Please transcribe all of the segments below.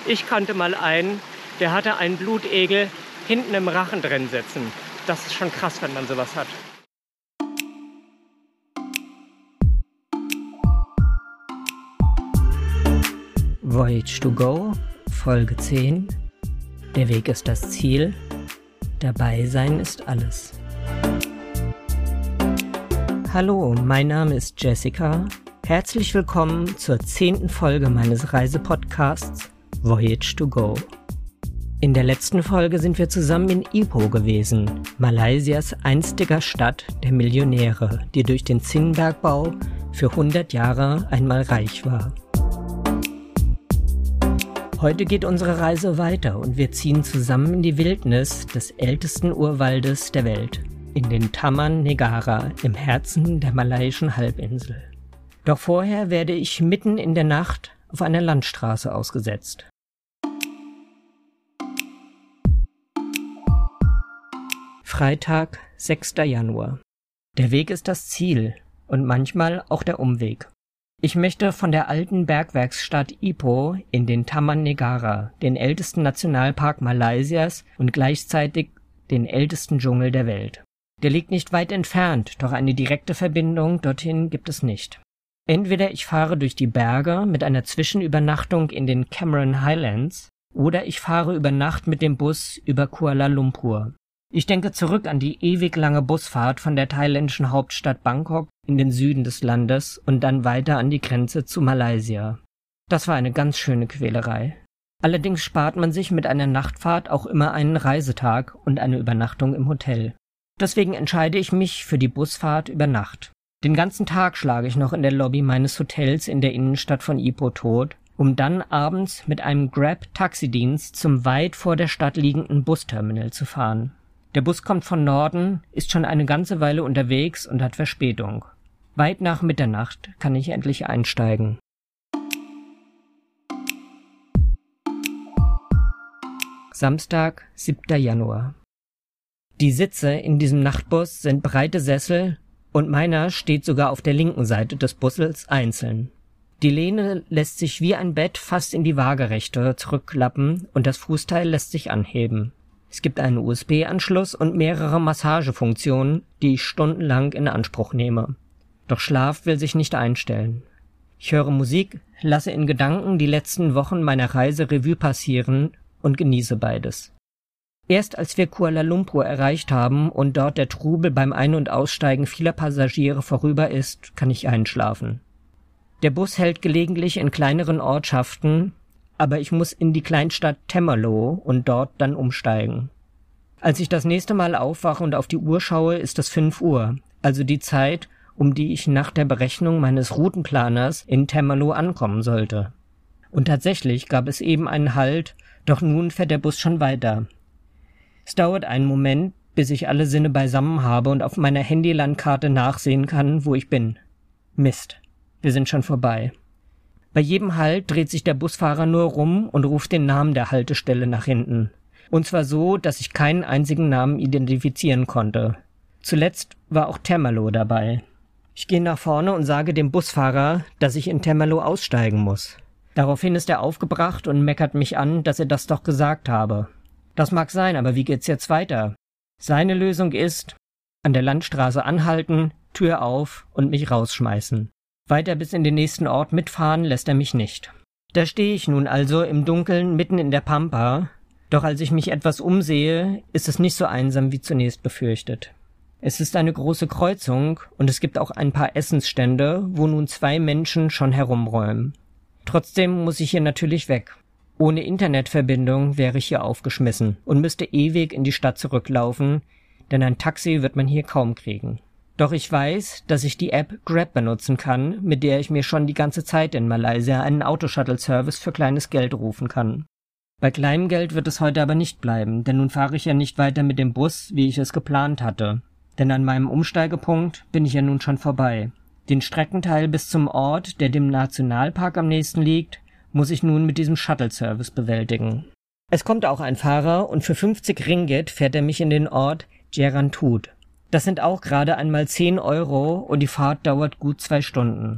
Ich kannte mal einen, der hatte einen Blutegel hinten im Rachen drin sitzen. Das ist schon krass, wenn man sowas hat. Voyage to Go, Folge 10. Der Weg ist das Ziel. Dabei sein ist alles. Hallo, mein Name ist Jessica. Herzlich willkommen zur 10. Folge meines Reisepodcasts Voyage to Go. In der letzten Folge sind wir zusammen in Ipoh gewesen, Malaysias einstiger Stadt der Millionäre, die durch den Zinnbergbau für 100 Jahre einmal reich war. Heute geht unsere Reise weiter und wir ziehen zusammen in die Wildnis des ältesten Urwaldes der Welt, in den Taman Negara im Herzen der malaiischen Halbinsel. Doch vorher werde ich mitten in der Nacht auf einer Landstraße ausgesetzt. Freitag, 6. Januar. Der Weg ist das Ziel und manchmal auch der Umweg. Ich möchte von der alten Bergwerksstadt Ipoh in den Taman Negara, den ältesten Nationalpark Malaysias und gleichzeitig den ältesten Dschungel der Welt. Der liegt nicht weit entfernt, doch eine direkte Verbindung dorthin gibt es nicht. Entweder ich fahre durch die Berge mit einer Zwischenübernachtung in den Cameron Highlands oder ich fahre über Nacht mit dem Bus über Kuala Lumpur. Ich denke zurück an die ewig lange Busfahrt von der thailändischen Hauptstadt Bangkok in den Süden des Landes und dann weiter an die Grenze zu Malaysia. Das war eine ganz schöne Quälerei. Allerdings spart man sich mit einer Nachtfahrt auch immer einen Reisetag und eine Übernachtung im Hotel. Deswegen entscheide ich mich für die Busfahrt über Nacht. Den ganzen Tag schlage ich noch in der Lobby meines Hotels in der Innenstadt von Ipoh tot, um dann abends mit einem Grab-Taxidienst zum weit vor der Stadt liegenden Busterminal zu fahren. Der Bus kommt von Norden, ist schon eine ganze Weile unterwegs und hat Verspätung. Weit nach Mitternacht kann ich endlich einsteigen. Samstag, 7. Januar. Die Sitze in diesem Nachtbus sind breite Sessel und meiner steht sogar auf der linken Seite des Busses einzeln. Die Lehne lässt sich wie ein Bett fast in die Waagerechte zurückklappen und das Fußteil lässt sich anheben. Es gibt einen USB-Anschluss und mehrere Massagefunktionen, die ich stundenlang in Anspruch nehme. Doch Schlaf will sich nicht einstellen. Ich höre Musik, lasse in Gedanken die letzten Wochen meiner Reise Revue passieren und genieße beides. Erst als wir Kuala Lumpur erreicht haben und dort der Trubel beim Ein- und Aussteigen vieler Passagiere vorüber ist, kann ich einschlafen. Der Bus hält gelegentlich in kleineren Ortschaften, aber ich muss in die Kleinstadt Temerloh und dort dann umsteigen. Als ich das nächste Mal aufwache und auf die Uhr schaue, ist es 5 Uhr, also die Zeit, um die ich nach der Berechnung meines Routenplaners in Temerloh ankommen sollte. Und tatsächlich gab es eben einen Halt, doch nun fährt der Bus schon weiter. Es dauert einen Moment, bis ich alle Sinne beisammen habe und auf meiner Handylandkarte nachsehen kann, wo ich bin. Mist, wir sind schon vorbei. Bei jedem Halt dreht sich der Busfahrer nur rum und ruft den Namen der Haltestelle nach hinten. Und zwar so, dass ich keinen einzigen Namen identifizieren konnte. Zuletzt war auch Temerloh dabei. Ich gehe nach vorne und sage dem Busfahrer, dass ich in Temerloh aussteigen muss. Daraufhin ist er aufgebracht und meckert mich an, dass er das doch gesagt habe. Das mag sein, aber wie geht's jetzt weiter? Seine Lösung ist, an der Landstraße anhalten, Tür auf und mich rausschmeißen. Weiter bis in den nächsten Ort mitfahren lässt er mich nicht. Da stehe ich nun also im Dunkeln mitten in der Pampa, doch als ich mich etwas umsehe, ist es nicht so einsam wie zunächst befürchtet. Es ist eine große Kreuzung und es gibt auch ein paar Essensstände, wo nun 2 Menschen schon herumräumen. Trotzdem muss ich hier natürlich weg. Ohne Internetverbindung wäre ich hier aufgeschmissen und müsste ewig in die Stadt zurücklaufen, denn ein Taxi wird man hier kaum kriegen. Doch ich weiß, dass ich die App Grab benutzen kann, mit der ich mir schon die ganze Zeit in Malaysia einen Autoshuttle-Service für kleines Geld rufen kann. Bei kleinem Geld wird es heute aber nicht bleiben, denn nun fahre ich ja nicht weiter mit dem Bus, wie ich es geplant hatte. Denn an meinem Umsteigepunkt bin ich ja nun schon vorbei. Den Streckenteil bis zum Ort, der dem Nationalpark am nächsten liegt, muss ich nun mit diesem Shuttle-Service bewältigen. Es kommt auch ein Fahrer und für 50 Ringgit fährt er mich in den Ort Jerantut. Das sind auch gerade einmal 10 € und die Fahrt dauert gut 2 Stunden.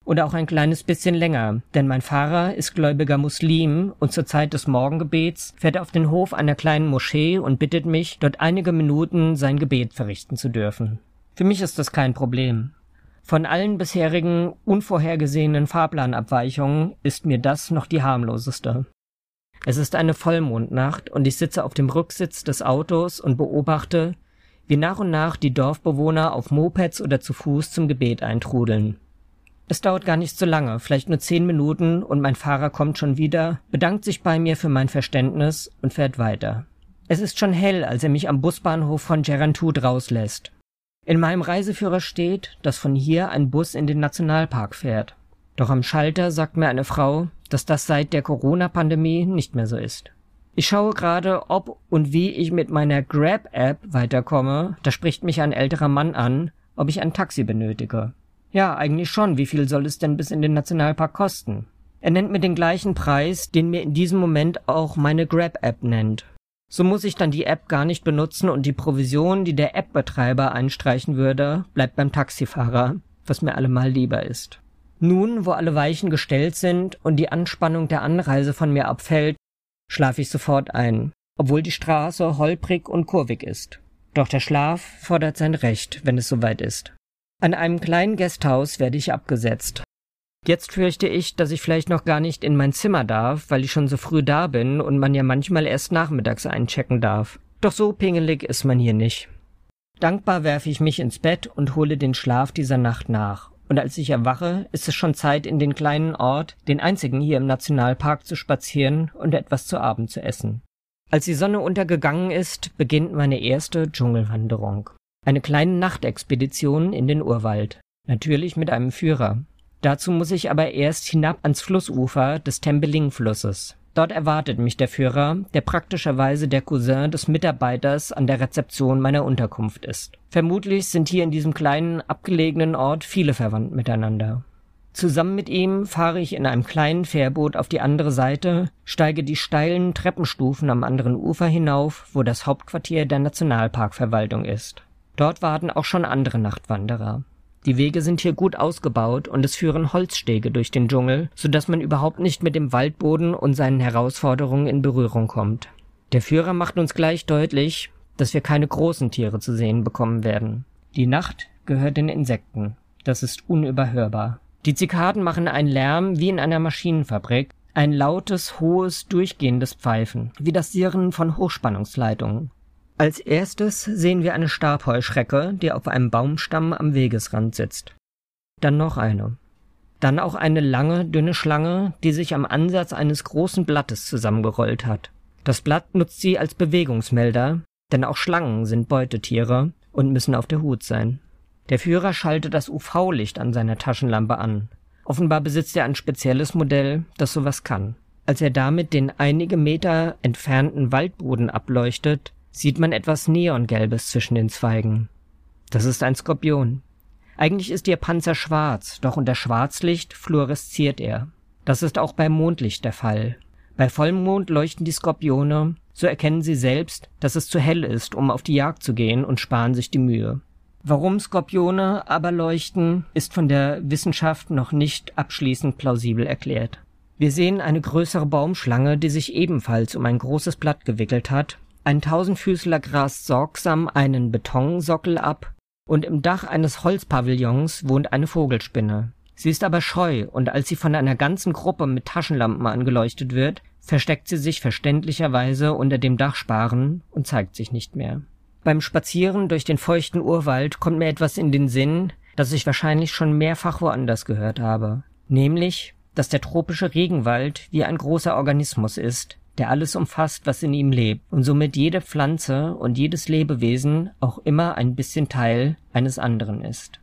Oder auch ein kleines bisschen länger, denn mein Fahrer ist gläubiger Muslim und zur Zeit des Morgengebets fährt er auf den Hof einer kleinen Moschee und bittet mich, dort einige Minuten sein Gebet verrichten zu dürfen. Für mich ist das kein Problem. Von allen bisherigen unvorhergesehenen Fahrplanabweichungen ist mir das noch die harmloseste. Es ist eine Vollmondnacht und ich sitze auf dem Rücksitz des Autos und beobachte, wie nach und nach die Dorfbewohner auf Mopeds oder zu Fuß zum Gebet eintrudeln. Es dauert gar nicht so lange, vielleicht nur 10 Minuten und mein Fahrer kommt schon wieder, bedankt sich bei mir für mein Verständnis und fährt weiter. Es ist schon hell, als er mich am Busbahnhof von Gerantud rauslässt. In meinem Reiseführer steht, dass von hier ein Bus in den Nationalpark fährt. Doch am Schalter sagt mir eine Frau, dass das seit der Corona-Pandemie nicht mehr so ist. Ich schaue gerade, ob und wie ich mit meiner Grab-App weiterkomme. Da spricht mich ein älterer Mann an, ob ich ein Taxi benötige. Ja, eigentlich schon. Wie viel soll es denn bis in den Nationalpark kosten? Er nennt mir den gleichen Preis, den mir in diesem Moment auch meine Grab-App nennt. So muss ich dann die App gar nicht benutzen und die Provision, die der App-Betreiber einstreichen würde, bleibt beim Taxifahrer, was mir allemal lieber ist. Nun, wo alle Weichen gestellt sind und die Anspannung der Anreise von mir abfällt, schlafe ich sofort ein, obwohl die Straße holprig und kurvig ist. Doch der Schlaf fordert sein Recht, wenn es soweit ist. An einem kleinen Gasthaus werde ich abgesetzt. Jetzt fürchte ich, dass ich vielleicht noch gar nicht in mein Zimmer darf, weil ich schon so früh da bin und man ja manchmal erst nachmittags einchecken darf. Doch so pingelig ist man hier nicht. Dankbar werfe ich mich ins Bett und hole den Schlaf dieser Nacht nach. Und als ich erwache, ist es schon Zeit, in den kleinen Ort, den einzigen hier im Nationalpark, zu spazieren und etwas zu Abend zu essen. Als die Sonne untergegangen ist, beginnt meine erste Dschungelwanderung. Eine kleine Nachtexpedition in den Urwald. Natürlich mit einem Führer. Dazu muss ich aber erst hinab ans Flussufer des Tembeling-Flusses. Dort erwartet mich der Führer, der praktischerweise der Cousin des Mitarbeiters an der Rezeption meiner Unterkunft ist. Vermutlich sind hier in diesem kleinen, abgelegenen Ort viele verwandt miteinander. Zusammen mit ihm fahre ich in einem kleinen Fährboot auf die andere Seite, steige die steilen Treppenstufen am anderen Ufer hinauf, wo das Hauptquartier der Nationalparkverwaltung ist. Dort warten auch schon andere Nachtwanderer. Die Wege sind hier gut ausgebaut und es führen Holzstege durch den Dschungel, sodass man überhaupt nicht mit dem Waldboden und seinen Herausforderungen in Berührung kommt. Der Führer macht uns gleich deutlich, dass wir keine großen Tiere zu sehen bekommen werden. Die Nacht gehört den Insekten. Das ist unüberhörbar. Die Zikaden machen einen Lärm wie in einer Maschinenfabrik, ein lautes, hohes, durchgehendes Pfeifen, wie das Sirren von Hochspannungsleitungen. Als erstes sehen wir eine Stabheuschrecke, die auf einem Baumstamm am Wegesrand sitzt. Dann noch eine. Dann auch eine lange, dünne Schlange, die sich am Ansatz eines großen Blattes zusammengerollt hat. Das Blatt nutzt sie als Bewegungsmelder, denn auch Schlangen sind Beutetiere und müssen auf der Hut sein. Der Führer schaltet das UV-Licht an seiner Taschenlampe an. Offenbar besitzt er ein spezielles Modell, das sowas kann. Als er damit den einige Meter entfernten Waldboden ableuchtet, sieht man etwas Neongelbes zwischen den Zweigen. Das ist ein Skorpion. Eigentlich ist ihr Panzer schwarz, doch unter Schwarzlicht fluoresziert er. Das ist auch bei Mondlicht der Fall. Bei Vollmond leuchten die Skorpione, so erkennen sie selbst, dass es zu hell ist, um auf die Jagd zu gehen und sparen sich die Mühe. Warum Skorpione aber leuchten, ist von der Wissenschaft noch nicht abschließend plausibel erklärt. Wir sehen eine größere Baumschlange, die sich ebenfalls um ein großes Blatt gewickelt hat. Ein Tausendfüßler grast sorgsam einen Betonsockel ab und im Dach eines Holzpavillons wohnt eine Vogelspinne. Sie ist aber scheu und als sie von einer ganzen Gruppe mit Taschenlampen angeleuchtet wird, versteckt sie sich verständlicherweise unter dem Dachsparren und zeigt sich nicht mehr. Beim Spazieren durch den feuchten Urwald kommt mir etwas in den Sinn, das ich wahrscheinlich schon mehrfach woanders gehört habe. Nämlich, dass der tropische Regenwald wie ein großer Organismus ist, der alles umfasst, was in ihm lebt, und somit jede Pflanze und jedes Lebewesen auch immer ein bisschen Teil eines anderen ist.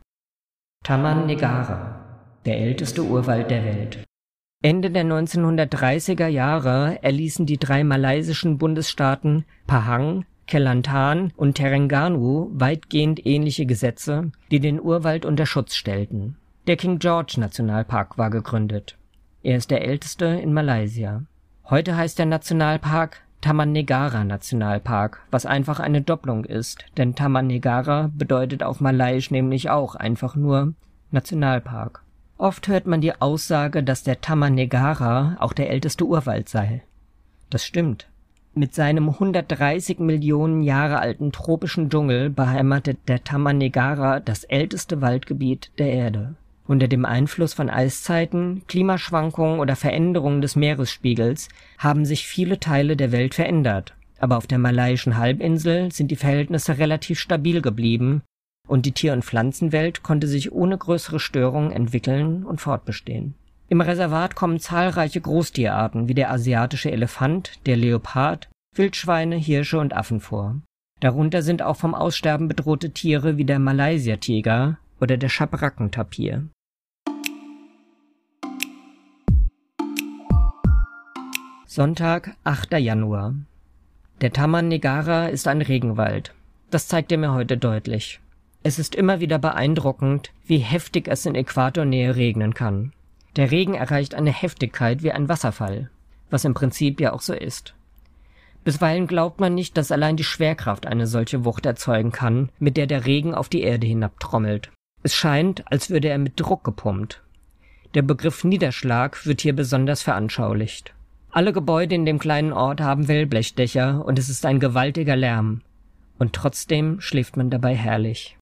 Taman Negara, der älteste Urwald der Welt. Ende der 1930er Jahre erließen die 3 malaysischen Bundesstaaten Pahang, Kelantan und Terengganu weitgehend ähnliche Gesetze, die den Urwald unter Schutz stellten. Der King George Nationalpark war gegründet. Er ist der älteste in Malaysia. Heute heißt der Nationalpark Taman Negara Nationalpark, was einfach eine Doppelung ist, denn Taman Negara bedeutet auf Malayisch nämlich auch einfach nur Nationalpark. Oft hört man die Aussage, dass der Taman Negara auch der älteste Urwald sei. Das stimmt. Mit seinem 130 Millionen Jahre alten tropischen Dschungel beheimatet der Taman Negara das älteste Waldgebiet der Erde. Unter dem Einfluss von Eiszeiten, Klimaschwankungen oder Veränderungen des Meeresspiegels haben sich viele Teile der Welt verändert. Aber auf der malaiischen Halbinsel sind die Verhältnisse relativ stabil geblieben und die Tier- und Pflanzenwelt konnte sich ohne größere Störungen entwickeln und fortbestehen. Im Reservat kommen zahlreiche Großtierarten wie der asiatische Elefant, der Leopard, Wildschweine, Hirsche und Affen vor. Darunter sind auch vom Aussterben bedrohte Tiere wie der Malaysia-Tiger oder der Schabrackentapir. Sonntag, 8. Januar. Der Taman Negara ist ein Regenwald. Das zeigt er mir heute deutlich. Es ist immer wieder beeindruckend, wie heftig es in Äquatornähe regnen kann. Der Regen erreicht eine Heftigkeit wie ein Wasserfall, was im Prinzip ja auch so ist. Bisweilen glaubt man nicht, dass allein die Schwerkraft eine solche Wucht erzeugen kann, mit der der Regen auf die Erde hinabtrommelt. Es scheint, als würde er mit Druck gepumpt. Der Begriff Niederschlag wird hier besonders veranschaulicht. Alle Gebäude in dem kleinen Ort haben Wellblechdächer und es ist ein gewaltiger Lärm. Und trotzdem schläft man dabei herrlich.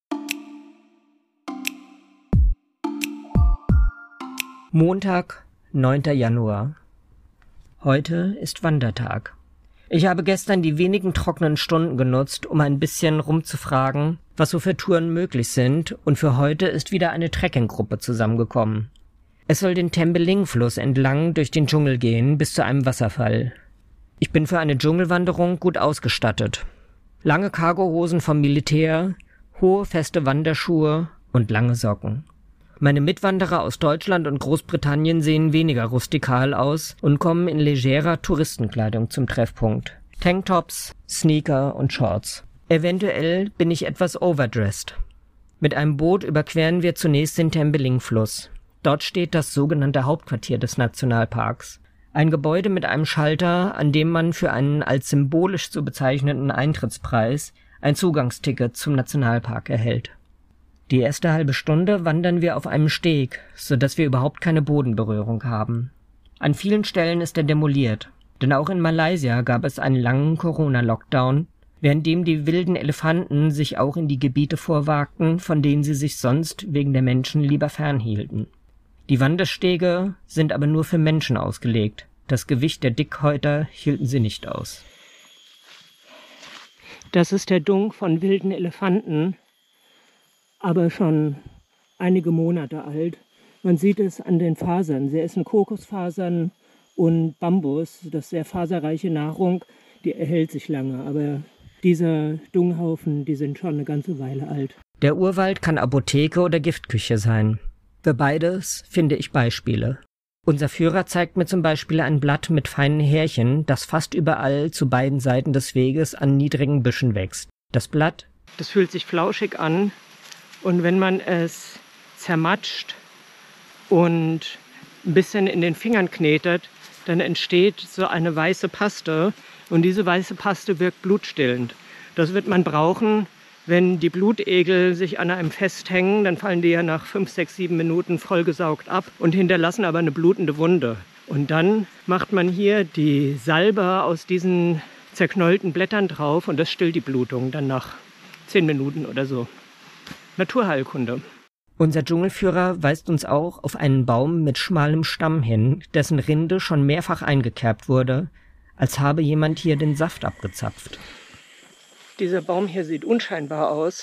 Montag, 9. Januar. Heute ist Wandertag. Ich habe gestern die wenigen trockenen Stunden genutzt, um ein bisschen rumzufragen, was so für Touren möglich sind, und für heute ist wieder eine Trekkinggruppe zusammengekommen. Es soll den Tembeling-Fluss entlang durch den Dschungel gehen bis zu einem Wasserfall. Ich bin für eine Dschungelwanderung gut ausgestattet. Lange Cargohosen vom Militär, hohe feste Wanderschuhe und lange Socken. Meine Mitwanderer aus Deutschland und Großbritannien sehen weniger rustikal aus und kommen in legerer Touristenkleidung zum Treffpunkt. Tanktops, Sneaker und Shorts. Eventuell bin ich etwas overdressed. Mit einem Boot überqueren wir zunächst den Tembeling-Fluss. Dort steht das sogenannte Hauptquartier des Nationalparks. Ein Gebäude mit einem Schalter, an dem man für einen als symbolisch zu bezeichneten Eintrittspreis ein Zugangsticket zum Nationalpark erhält. Die erste halbe Stunde wandern wir auf einem Steg, sodass wir überhaupt keine Bodenberührung haben. An vielen Stellen ist er demoliert, denn auch in Malaysia gab es einen langen Corona-Lockdown, währenddem die wilden Elefanten sich auch in die Gebiete vorwagten, von denen sie sich sonst wegen der Menschen lieber fernhielten. Die Wanderstege sind aber nur für Menschen ausgelegt. Das Gewicht der Dickhäuter hielten sie nicht aus. Das ist der Dung von wilden Elefanten, aber schon einige Monate alt. Man sieht es an den Fasern. Sie essen Kokosfasern und Bambus. Das ist sehr faserreiche Nahrung, die erhält sich lange. Aber dieser Dunghaufen, die sind schon eine ganze Weile alt. Der Urwald kann Apotheke oder Giftküche sein. Für beides finde ich Beispiele. Unser Führer zeigt mir zum Beispiel ein Blatt mit feinen Härchen, das fast überall zu beiden Seiten des Weges an niedrigen Büschen wächst. Das Blatt, das fühlt sich flauschig an. Und wenn man es zermatscht und ein bisschen in den Fingern knetet, dann entsteht so eine weiße Paste. Und diese weiße Paste wirkt blutstillend. Das wird man brauchen, wenn die Blutegel sich an einem festhängen. Dann fallen die ja nach 5, 6, 7 Minuten vollgesaugt ab und hinterlassen aber eine blutende Wunde. Und dann macht man hier die Salbe aus diesen zerknollten Blättern drauf und das stillt die Blutung dann nach 10 Minuten oder so. Naturheilkunde. Unser Dschungelführer weist uns auch auf einen Baum mit schmalem Stamm hin, dessen Rinde schon mehrfach eingekerbt wurde, als habe jemand hier den Saft abgezapft. Dieser Baum hier sieht unscheinbar aus,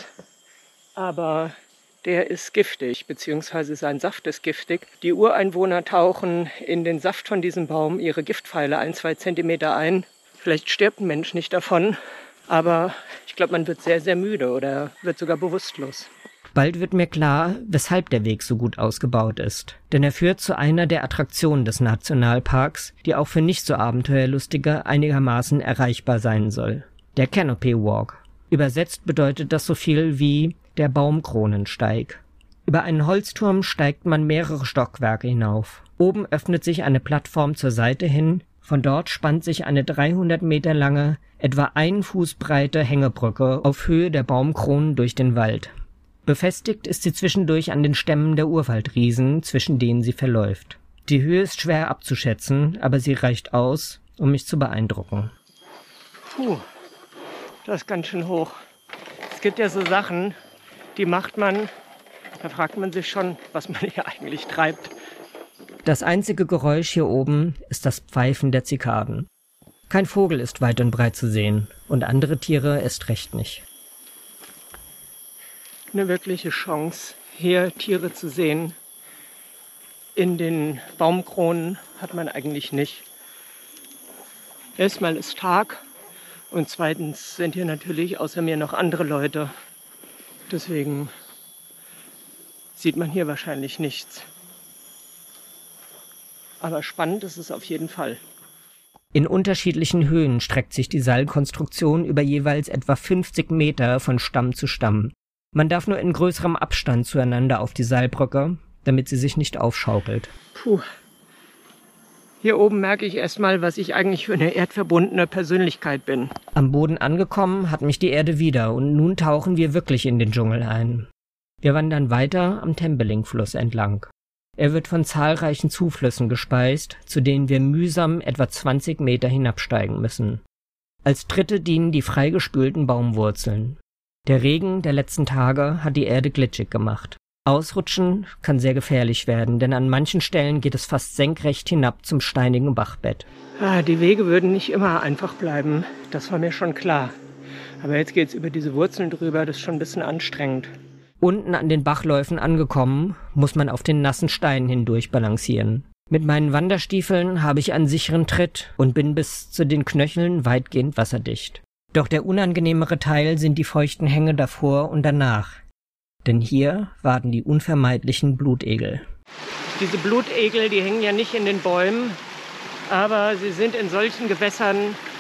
aber der ist giftig, beziehungsweise sein Saft ist giftig. Die Ureinwohner tauchen in den Saft von diesem Baum ihre Giftpfeile 1, 2 Zentimeter ein. Vielleicht stirbt ein Mensch nicht davon, aber ich glaube, man wird sehr, sehr müde oder wird sogar bewusstlos. Bald wird mir klar, weshalb der Weg so gut ausgebaut ist. Denn er führt zu einer der Attraktionen des Nationalparks, die auch für nicht so Abenteuerlustige einigermaßen erreichbar sein soll. Der Canopy Walk. Übersetzt bedeutet das so viel wie der Baumkronensteig. Über einen Holzturm steigt man mehrere Stockwerke hinauf. Oben öffnet sich eine Plattform zur Seite hin. Von dort spannt sich eine 300 Meter lange, etwa 1 Fuß breite Hängebrücke auf Höhe der Baumkronen durch den Wald. Befestigt ist sie zwischendurch an den Stämmen der Urwaldriesen, zwischen denen sie verläuft. Die Höhe ist schwer abzuschätzen, aber sie reicht aus, um mich zu beeindrucken. Puh, das ist ganz schön hoch. Es gibt ja so Sachen, die macht man, da fragt man sich schon, was man hier eigentlich treibt. Das einzige Geräusch hier oben ist das Pfeifen der Zikaden. Kein Vogel ist weit und breit zu sehen und andere Tiere erst recht nicht. Eine wirkliche Chance, hier Tiere zu sehen. In den Baumkronen hat man eigentlich nicht. Erstmal ist Tag und zweitens sind hier natürlich außer mir noch andere Leute. Deswegen sieht man hier wahrscheinlich nichts. Aber spannend ist es auf jeden Fall. In unterschiedlichen Höhen streckt sich die Seilkonstruktion über jeweils etwa 50 Meter von Stamm zu Stamm. Man darf nur in größerem Abstand zueinander auf die Seilbrücke, damit sie sich nicht aufschaukelt. Puh. Hier oben merke ich erstmal, was ich eigentlich für eine erdverbundene Persönlichkeit bin. Am Boden angekommen hat mich die Erde wieder und nun tauchen wir wirklich in den Dschungel ein. Wir wandern weiter am Tembeling-Fluss entlang. Er wird von zahlreichen Zuflüssen gespeist, zu denen wir mühsam etwa 20 Meter hinabsteigen müssen. Als Tritte dienen die freigespülten Baumwurzeln. Der Regen der letzten Tage hat die Erde glitschig gemacht. Ausrutschen kann sehr gefährlich werden, denn an manchen Stellen geht es fast senkrecht hinab zum steinigen Bachbett. Die Wege würden nicht immer einfach bleiben, das war mir schon klar. Aber jetzt geht's über diese Wurzeln drüber, das ist schon ein bisschen anstrengend. Unten an den Bachläufen angekommen, muss man auf den nassen Steinen hindurch balancieren. Mit meinen Wanderstiefeln habe ich einen sicheren Tritt und bin bis zu den Knöcheln weitgehend wasserdicht. Doch der unangenehmere Teil sind die feuchten Hänge davor und danach. Denn hier warten die unvermeidlichen Blutegel. Diese Blutegel, die hängen ja nicht in den Bäumen, aber sie sind in solchen Gewässern.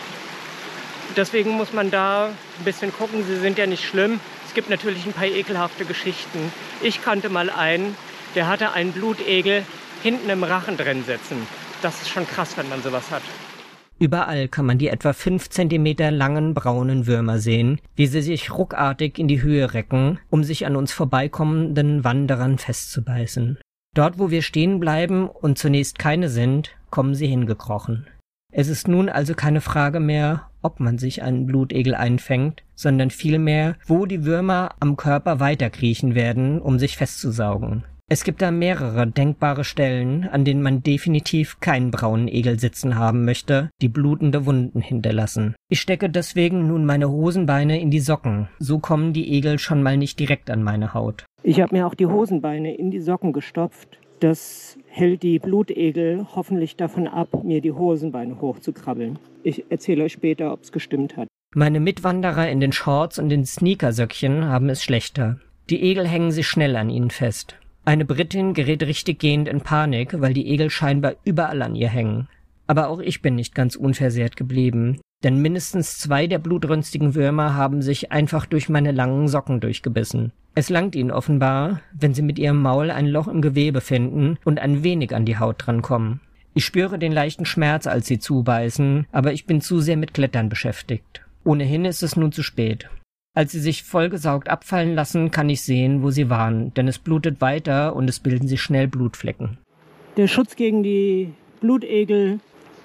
Deswegen muss man da ein bisschen gucken, sie sind ja nicht schlimm. Es gibt natürlich ein paar ekelhafte Geschichten. Ich kannte mal einen, der hatte einen Blutegel hinten im Rachen drin sitzen. Das ist schon krass, wenn man sowas hat. Überall kann man die etwa 5 Zentimeter langen braunen Würmer sehen, wie sie sich ruckartig in die Höhe recken, um sich an uns vorbeikommenden Wanderern festzubeißen. Dort, wo wir stehen bleiben und zunächst keine sind, kommen sie hingekrochen. Es ist nun also keine Frage mehr, ob man sich einen Blutegel einfängt, sondern vielmehr, wo die Würmer am Körper weiterkriechen werden, um sich festzusaugen. Es gibt da mehrere denkbare Stellen, an denen man definitiv keinen braunen Egel sitzen haben möchte, die blutende Wunden hinterlassen. Ich stecke deswegen nun meine Hosenbeine in die Socken, so kommen die Egel schon mal nicht direkt an meine Haut. Ich habe mir auch die Hosenbeine in die Socken gestopft. Das hält die Blutegel hoffentlich davon ab, mir die Hosenbeine hochzukrabbeln. Ich erzähle euch später, ob es gestimmt hat. Meine Mitwanderer in den Shorts und den Sneakersöckchen haben es schlechter. Die Egel hängen sich schnell an ihnen fest. Eine Britin gerät richtiggehend in Panik, weil die Egel scheinbar überall an ihr hängen. Aber auch ich bin nicht ganz unversehrt geblieben, denn mindestens 2 der blutrünstigen Würmer haben sich einfach durch meine langen Socken durchgebissen. Es langt ihnen offenbar, wenn sie mit ihrem Maul ein Loch im Gewebe finden und ein wenig an die Haut drankommen. Ich spüre den leichten Schmerz, als sie zubeißen, aber ich bin zu sehr mit Klettern beschäftigt. Ohnehin ist es nun zu spät. Als sie sich vollgesaugt abfallen lassen, kann ich sehen, wo sie waren, denn es blutet weiter und es bilden sich schnell Blutflecken. Der Schutz gegen die Blutegel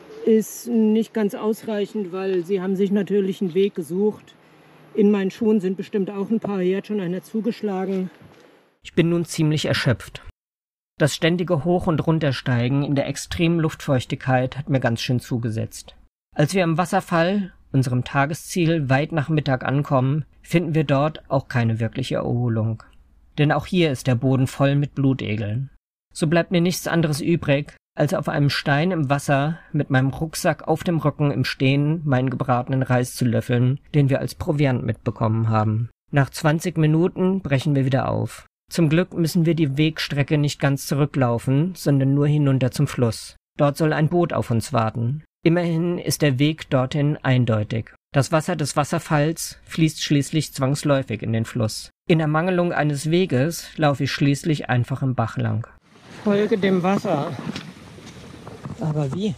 ist nicht ganz ausreichend, weil sie haben sich natürlich einen Weg gesucht. In meinen Schuhen sind bestimmt auch ein paar, hier hat schon einer zugeschlagen. Ich bin nun ziemlich erschöpft. Das ständige Hoch- und Runtersteigen in der extremen Luftfeuchtigkeit hat mir ganz schön zugesetzt. Als wir am Wasserfall, unserem Tagesziel, weit nach Mittag ankommen, finden wir dort auch keine wirkliche Erholung. Denn auch hier ist der Boden voll mit Blutegeln. So bleibt mir nichts anderes übrig, als auf einem Stein im Wasser mit meinem Rucksack auf dem Rücken im Stehen meinen gebratenen Reis zu löffeln, den wir als Proviant mitbekommen haben. Nach 20 Minuten brechen wir wieder auf. Zum Glück müssen wir die Wegstrecke nicht ganz zurücklaufen, sondern nur hinunter zum Fluss. Dort soll ein Boot auf uns warten. Immerhin ist der Weg dorthin eindeutig. Das Wasser des Wasserfalls fließt schließlich zwangsläufig in den Fluss. In Ermangelung eines Weges laufe ich schließlich einfach im Bach lang. Folge dem Wasser. Aber wie?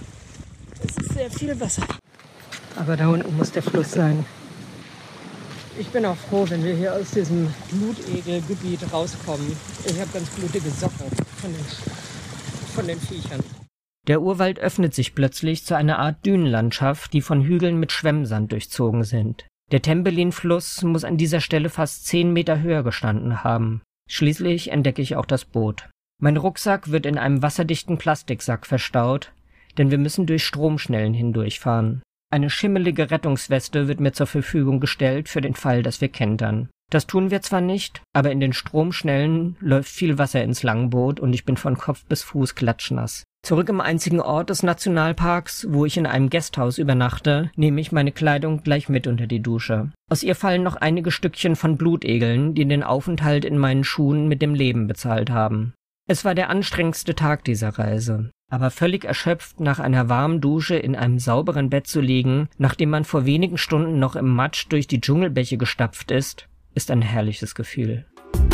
Es ist sehr viel Wasser. Aber da unten muss der Fluss sein. Ich bin auch froh, wenn wir hier aus diesem Blutegelgebiet rauskommen. Ich habe ganz blutige Socken von den Viechern. Der Urwald öffnet sich plötzlich zu einer Art Dünenlandschaft, die von Hügeln mit Schwemmsand durchzogen sind. Der Tembelin-Fluss muss an dieser Stelle fast 10 Meter höher gestanden haben. Schließlich entdecke ich auch das Boot. Mein Rucksack wird in einem wasserdichten Plastiksack verstaut, denn wir müssen durch Stromschnellen hindurchfahren. Eine schimmelige Rettungsweste wird mir zur Verfügung gestellt für den Fall, dass wir kentern. Das tun wir zwar nicht, aber in den Stromschnellen läuft viel Wasser ins Langboot und ich bin von Kopf bis Fuß klatschnass. Zurück im einzigen Ort des Nationalparks, wo ich in einem Gasthaus übernachte, nehme ich meine Kleidung gleich mit unter die Dusche. Aus ihr fallen noch einige Stückchen von Blutegeln, die den Aufenthalt in meinen Schuhen mit dem Leben bezahlt haben. Es war der anstrengendste Tag dieser Reise. Aber völlig erschöpft nach einer warmen Dusche in einem sauberen Bett zu liegen, nachdem man vor wenigen Stunden noch im Matsch durch die Dschungelbäche gestapft ist ein herrliches Gefühl.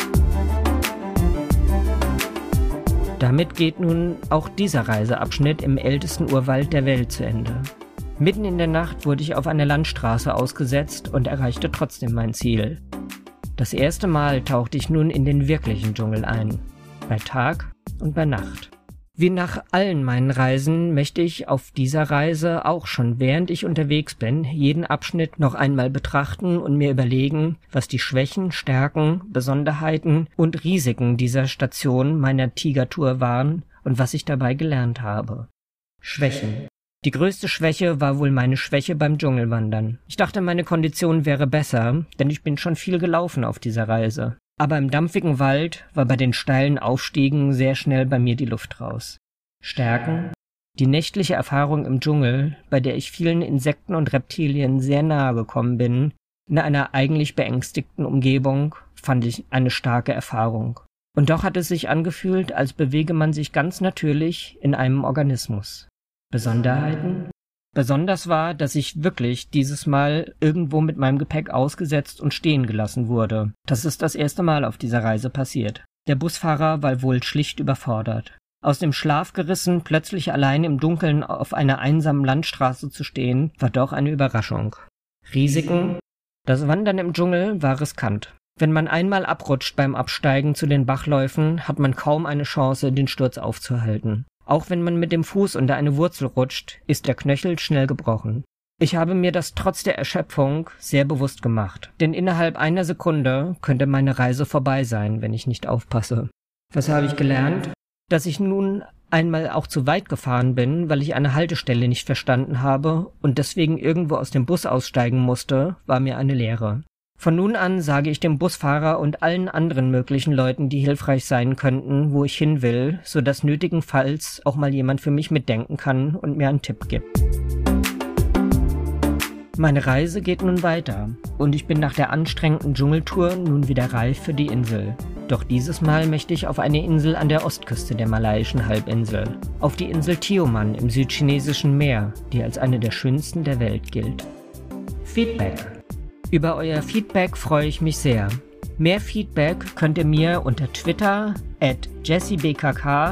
Damit geht nun auch dieser Reiseabschnitt im ältesten Urwald der Welt zu Ende. Mitten in der Nacht wurde ich auf einer Landstraße ausgesetzt und erreichte trotzdem mein Ziel. Das erste Mal tauchte ich nun in den wirklichen Dschungel ein, bei Tag und bei Nacht. Wie nach allen meinen Reisen möchte ich auf dieser Reise auch schon während ich unterwegs bin, jeden Abschnitt noch einmal betrachten und mir überlegen, was die Schwächen, Stärken, Besonderheiten und Risiken dieser Station meiner Tigertour waren und was ich dabei gelernt habe. Schwächen. Die größte Schwäche war wohl meine Schwäche beim Dschungelwandern. Ich dachte, meine Kondition wäre besser, denn ich bin schon viel gelaufen auf dieser Reise. Aber im dampfigen Wald war bei den steilen Aufstiegen sehr schnell bei mir die Luft raus. Stärken? Die nächtliche Erfahrung im Dschungel, bei der ich vielen Insekten und Reptilien sehr nahe gekommen bin, in einer eigentlich beängstigten Umgebung, fand ich eine starke Erfahrung. Und doch hat es sich angefühlt, als bewege man sich ganz natürlich in einem Organismus. Besonderheiten? Besonders war, dass ich wirklich dieses Mal irgendwo mit meinem Gepäck ausgesetzt und stehen gelassen wurde. Das ist das erste Mal auf dieser Reise passiert. Der Busfahrer war wohl schlicht überfordert. Aus dem Schlaf gerissen, plötzlich allein im Dunkeln auf einer einsamen Landstraße zu stehen, war doch eine Überraschung. Risiken? Das Wandern im Dschungel war riskant. Wenn man einmal abrutscht beim Absteigen zu den Bachläufen, hat man kaum eine Chance, den Sturz aufzuhalten. Auch wenn man mit dem Fuß unter eine Wurzel rutscht, ist der Knöchel schnell gebrochen. Ich habe mir das trotz der Erschöpfung sehr bewusst gemacht, denn innerhalb einer Sekunde könnte meine Reise vorbei sein, wenn ich nicht aufpasse. Was habe ich gelernt? Dass ich nun einmal auch zu weit gefahren bin, weil ich eine Haltestelle nicht verstanden habe und deswegen irgendwo aus dem Bus aussteigen musste, war mir eine Lehre. Von nun an sage ich dem Busfahrer und allen anderen möglichen Leuten, die hilfreich sein könnten, wo ich hin will, sodass nötigenfalls auch mal jemand für mich mitdenken kann und mir einen Tipp gibt. Meine Reise geht nun weiter und ich bin nach der anstrengenden Dschungeltour nun wieder reif für die Insel. Doch dieses Mal möchte ich auf eine Insel an der Ostküste der malaiischen Halbinsel, auf die Insel Tioman im südchinesischen Meer, die als eine der schönsten der Welt gilt. Feedback. Über euer Feedback freue ich mich sehr. Mehr Feedback könnt ihr mir unter Twitter @jessybkk,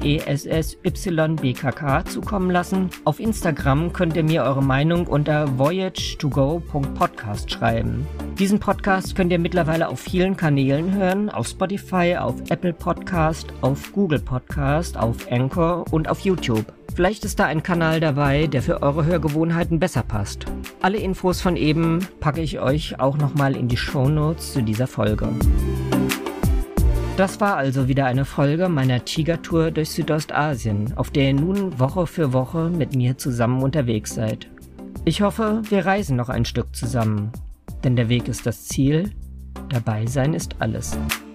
JESSYBKK zukommen lassen. Auf Instagram könnt ihr mir eure Meinung unter voyage2go.podcast schreiben. Diesen Podcast könnt ihr mittlerweile auf vielen Kanälen hören, auf Spotify, auf Apple Podcast, auf Google Podcast, auf Anchor und auf YouTube. Vielleicht ist da ein Kanal dabei, der für eure Hörgewohnheiten besser passt. Alle Infos von eben packe ich euch auch nochmal in die Shownotes zu dieser Folge. Das war also wieder eine Folge meiner Tigertour durch Südostasien, auf der ihr nun Woche für Woche mit mir zusammen unterwegs seid. Ich hoffe, wir reisen noch ein Stück zusammen, denn der Weg ist das Ziel, dabei sein ist alles.